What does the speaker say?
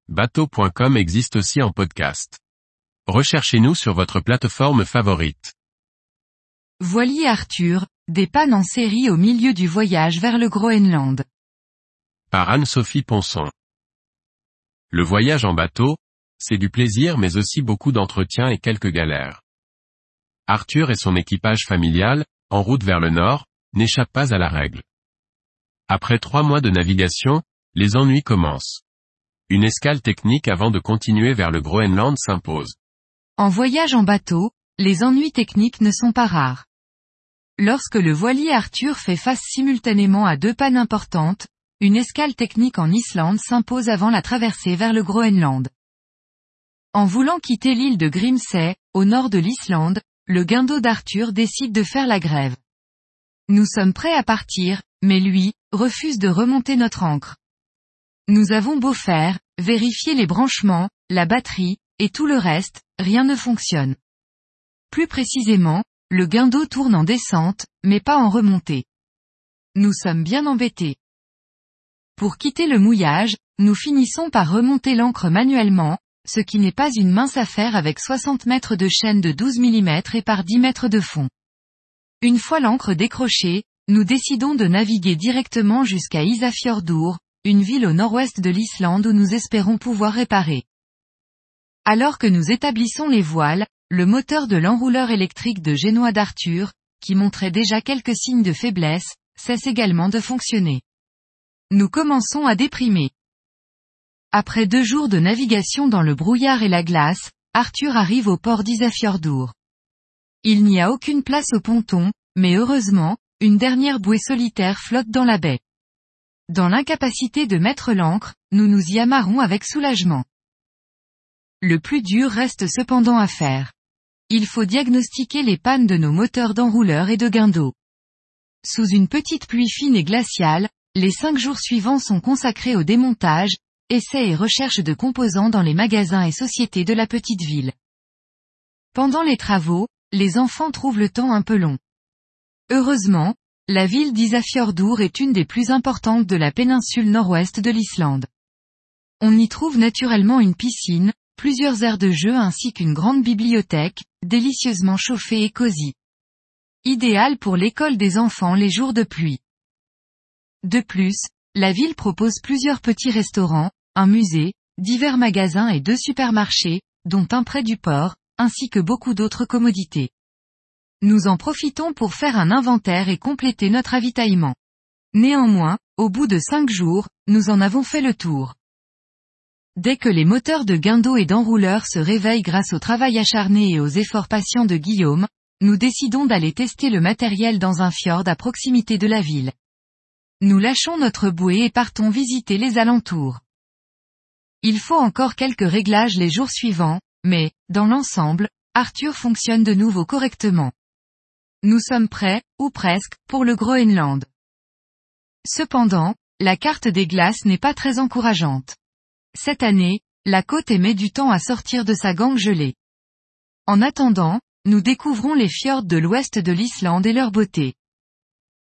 bateau.com existe aussi en podcast. Recherchez-nous sur votre plateforme favorite. Voilier Arthur, des pannes en série au milieu du voyage vers le Groenland. Par Anne-Sophie Ponson. Le voyage en bateau, c'est du plaisir mais aussi beaucoup d'entretien et quelques galères. Arthur et son équipage familial, en route vers le nord, n'échappent pas à la règle. Après 3 mois de navigation, les ennuis commencent. Une escale technique avant de continuer vers le Groenland s'impose. En voyage en bateau, les ennuis techniques ne sont pas rares. Lorsque le voilier Arthur fait face simultanément à 2 pannes importantes, une escale technique en Islande s'impose avant la traversée vers le Groenland. En voulant quitter l'île de Grimsey, au nord de l'Islande, le guindeau d'Arthur décide de faire la grève. Nous sommes prêts à partir, mais lui, refuse de remonter notre ancre. Nous avons beau faire, vérifier les branchements, la batterie, et tout le reste, rien ne fonctionne. Plus précisément, le guindeau tourne en descente, mais pas en remontée. Nous sommes bien embêtés. Pour quitter le mouillage, nous finissons par remonter l'ancre manuellement, ce qui n'est pas une mince affaire avec 60 mètres de chaîne de 12 mm et par 10 mètres de fond. Une fois l'ancre décrochée, nous décidons de naviguer directement jusqu'à Ísafjörður, une ville au nord-ouest de l'Islande où nous espérons pouvoir réparer. Alors que nous établissons les voiles, le moteur de l'enrouleur électrique de génois d'Arthur, qui montrait déjà quelques signes de faiblesse, cesse également de fonctionner. Nous commençons à déprimer. Après 2 jours de navigation dans le brouillard et la glace, Arthur arrive au port d'Ísafjörður. Il n'y a aucune place au ponton, mais heureusement, une dernière bouée solitaire flotte dans la baie. Dans l'incapacité de mettre l'ancre, nous nous y amarrons avec soulagement. Le plus dur reste cependant à faire. Il faut diagnostiquer les pannes de nos moteurs d'enrouleur et de guindeau. Sous une petite pluie fine et glaciale, les 5 jours suivants sont consacrés au démontage, essais et recherche de composants dans les magasins et sociétés de la petite ville. Pendant les travaux, les enfants trouvent le temps un peu long. Heureusement, la ville d'Ísafjörður est une des plus importantes de la péninsule nord-ouest de l'Islande. On y trouve naturellement une piscine, plusieurs aires de jeu ainsi qu'une grande bibliothèque, délicieusement chauffée et cosy. Idéal pour l'école des enfants les jours de pluie. De plus, la ville propose plusieurs petits restaurants, un musée, divers magasins et 2 supermarchés, dont un près du port, ainsi que beaucoup d'autres commodités. Nous en profitons pour faire un inventaire et compléter notre ravitaillement. Néanmoins, au bout de 5 jours, nous en avons fait le tour. Dès que les moteurs de guindeau et d'enrouleur se réveillent grâce au travail acharné et aux efforts patients de Guillaume, nous décidons d'aller tester le matériel dans un fjord à proximité de la ville. Nous lâchons notre bouée et partons visiter les alentours. Il faut encore quelques réglages les jours suivants, mais, dans l'ensemble, Arthur fonctionne de nouveau correctement. Nous sommes prêts, ou presque, pour le Groenland. Cependant, la carte des glaces n'est pas très encourageante. Cette année, la côte met du temps à sortir de sa gangue gelée. En attendant, nous découvrons les fjords de l'ouest de l'Islande et leur beauté.